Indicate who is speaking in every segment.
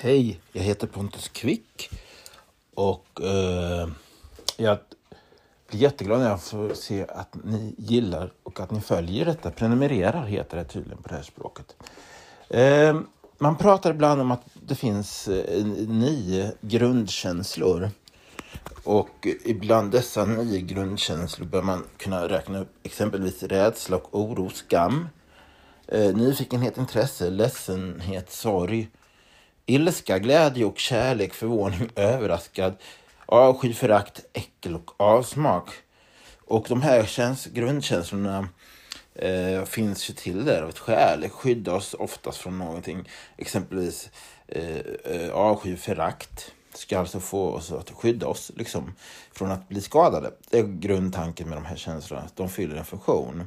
Speaker 1: Hej, jag heter Pontus Quick och jag blir jätteglad när jag får se att ni gillar och att ni följer detta. Prenumererar heter det tydligen på det här språket. Man pratar ibland om att det finns 9 grundkänslor. Och ibland dessa 9 grundkänslor bör man kunna räkna upp exempelvis rädsla och oro, skam, nyfikenhet, intresse, ledsenhet, sorg, ilska, glädje och kärlek, förvåning, överraskad, avsky, förakt, äckel och avsmak. Och de här grundkänslorna finns ju till där av ett skäl. Skydda oss oftast från någonting. Exempelvis avsky, förakt ska alltså få oss att skydda oss liksom, från att bli skadade. Det är grundtanken med de här känslorna. Att de fyller en funktion.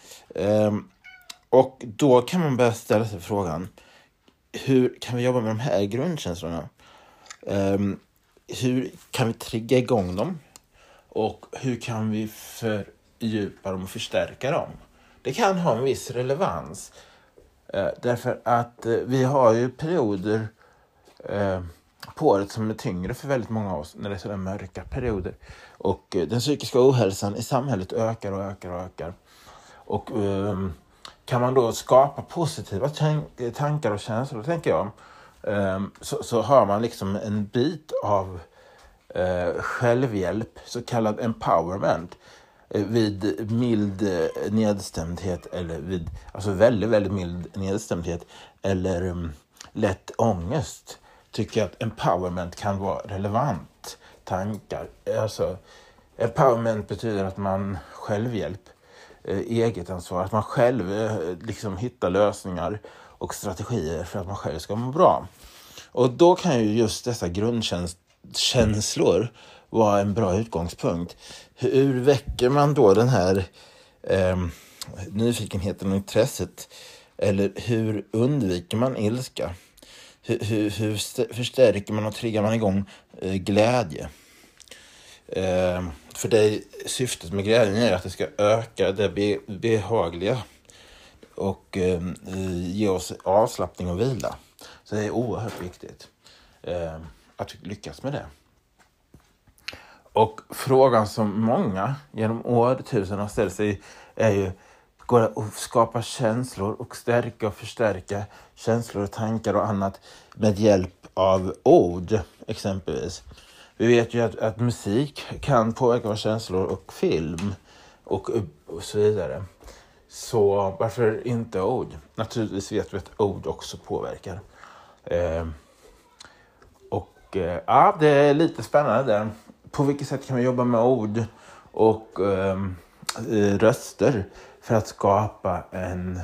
Speaker 1: Och då kan man börja ställa sig frågan: hur kan vi jobba med de här grundkänslorna? Hur kan vi trigga igång dem? Och hur kan vi fördjupa dem och förstärka dem? Det kan ha en viss relevans. Därför att vi har ju perioder på året som är tyngre för väldigt många av oss. När det är sådär mörka perioder. Och den psykiska ohälsan i samhället ökar och ökar och ökar. Och kan man då skapa positiva tankar och känslor, tänker jag, så har man liksom en bit av självhjälp, så kallad empowerment, vid mild nedstämdhet eller vid väldigt, väldigt mild nedstämdhet eller lätt ångest. Tycker jag att empowerment kan vara relevant tankar. Alltså, empowerment betyder att man självhjälp, eget ansvar, att man själv liksom hittar lösningar och strategier för att man själv ska må bra. Och då kan ju just dessa grundkänslor vara en bra utgångspunkt. Hur väcker man då den här nyfikenheten och intresset? Eller hur undviker man ilska? Hur förstärker man och triggar man igång glädje? För det syftet med glädjen är att det ska öka det behagliga och ge oss avslappning och vila. Så det är oerhört viktigt att lyckas med det. Och frågan som många genom årtusen har ställt sig är ju: går det att skapa känslor och stärka och förstärka känslor och tankar och annat med hjälp av ord exempelvis? Vi vet ju att musik kan påverka våra känslor och film och så vidare. Så varför inte ord? Naturligtvis vet vi att ord också påverkar. Det är lite spännande där. På vilket sätt kan vi jobba med ord och röster för att skapa en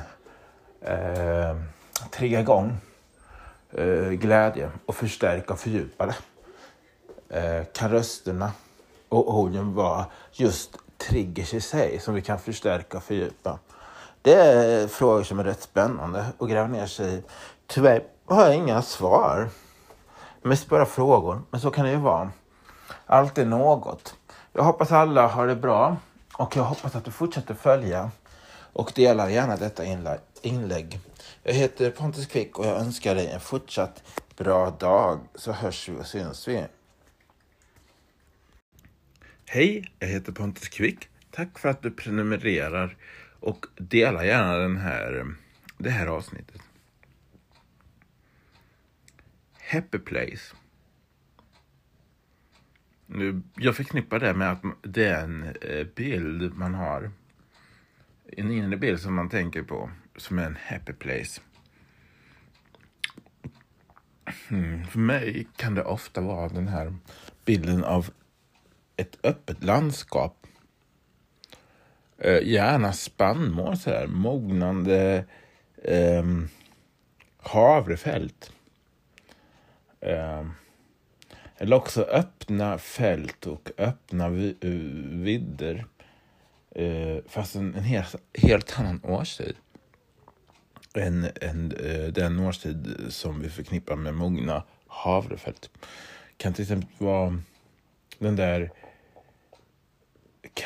Speaker 1: trigga igång glädje och förstärka och fördjupa det? Kan rösterna och orden vara just triggers i sig som vi kan förstärka och fördjupa? Det är frågor som är rätt spännande och gräva ner sig i. Tyvärr har jag inga svar. Mest bara frågor, men så kan det ju vara. Allt är något. Jag hoppas alla har det bra och jag hoppas att du fortsätter följa och dela gärna detta inlägg. Jag heter Pontus Quick och jag önskar dig en fortsatt bra dag, så hörs vi och syns vi. Hej, jag heter Pontus Quick. Tack för att du prenumererar och dela gärna det här avsnittet. Happy place. Jag förknippar det med att det är en bild man har. En inre bild som man tänker på som är en happy place. För mig kan det ofta vara den här bilden av ett öppet landskap. Gärna spannmål så här, mognande havrefält. Eller också öppna fält och öppna vidder. Fast en helt annan årstid än den årstid som vi förknippar med mogna havrefält. Kan till exempel vara den där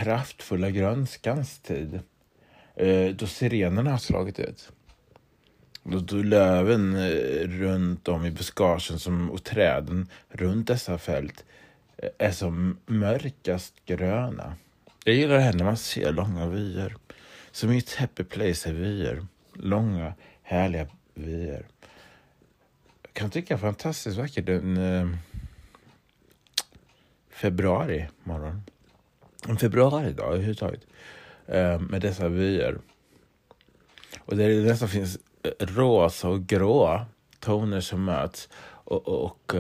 Speaker 1: kraftfulla grönskans tid. Då sirenerna har slagit ut. Då löven runt om i buskagen och träden runt dessa fält är som mörkast gröna. Jag gillar det här när man ser långa vyer. Så mitt happy place är vyer. Långa, härliga vyer. Jag kan tycka fantastiskt vackert en februari morgon. En februaridag överhuvudtaget. Med dessa vyer. Och det är nästan finns rosa och grå toner som möts. Och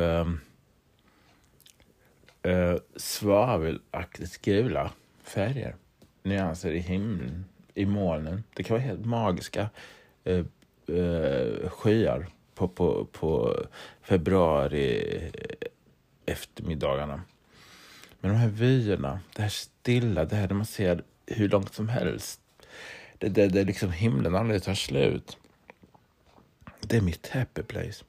Speaker 1: svavelaktigt gula färger. Nyanser i himlen, i molnen. Det kan vara helt magiska skyar på februari eftermiddagarna. Men de här vyerna, det här stilla, det här där man ser hur långt som helst. Det liksom himlen aldrig tar slut. Det är mitt happy place.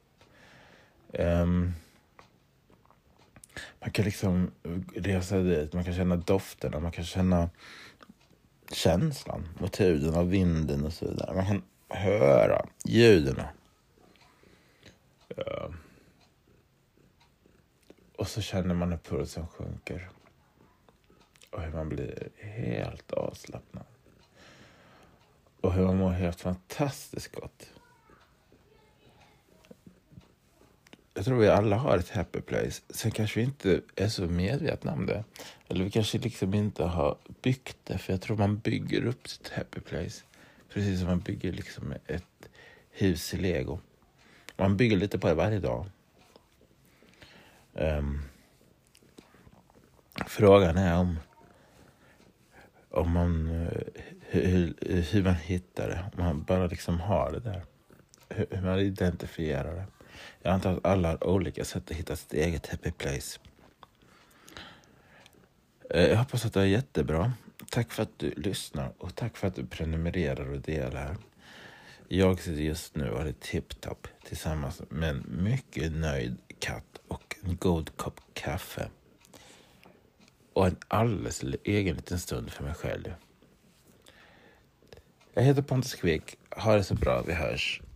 Speaker 1: Man kan liksom resa dit, man kan känna dofterna, man kan känna känslan, motiven av vinden och så vidare. Man kan höra ljuden. Och så känner man hur pulsen sjunker. Och hur man blir helt avslappnad. Och hur man mår helt fantastiskt gott. Jag tror vi alla har ett happy place. Sen kanske vi inte är så medvetna om det. Eller vi kanske liksom inte har byggt det. För jag tror man bygger upp sitt happy place. Precis som man bygger liksom ett hus i Lego. Man bygger lite på det varje dag. Frågan är om man hur man hittar det. Om man bara liksom har det där. Hur man identifierar det. Jag antar att alla har olika sätt att hitta sitt eget happy place. Jag hoppas att det är jättebra. Tack för att du lyssnar och tack för att du prenumererar och delar. Jag sitter just nu och har det tipptopp tillsammans med en mycket nöjd katt och en god kopp kaffe. Och en alldeles egen liten stund för mig själv. Jag heter Pontus Quick. Ha det så bra, vi hörs.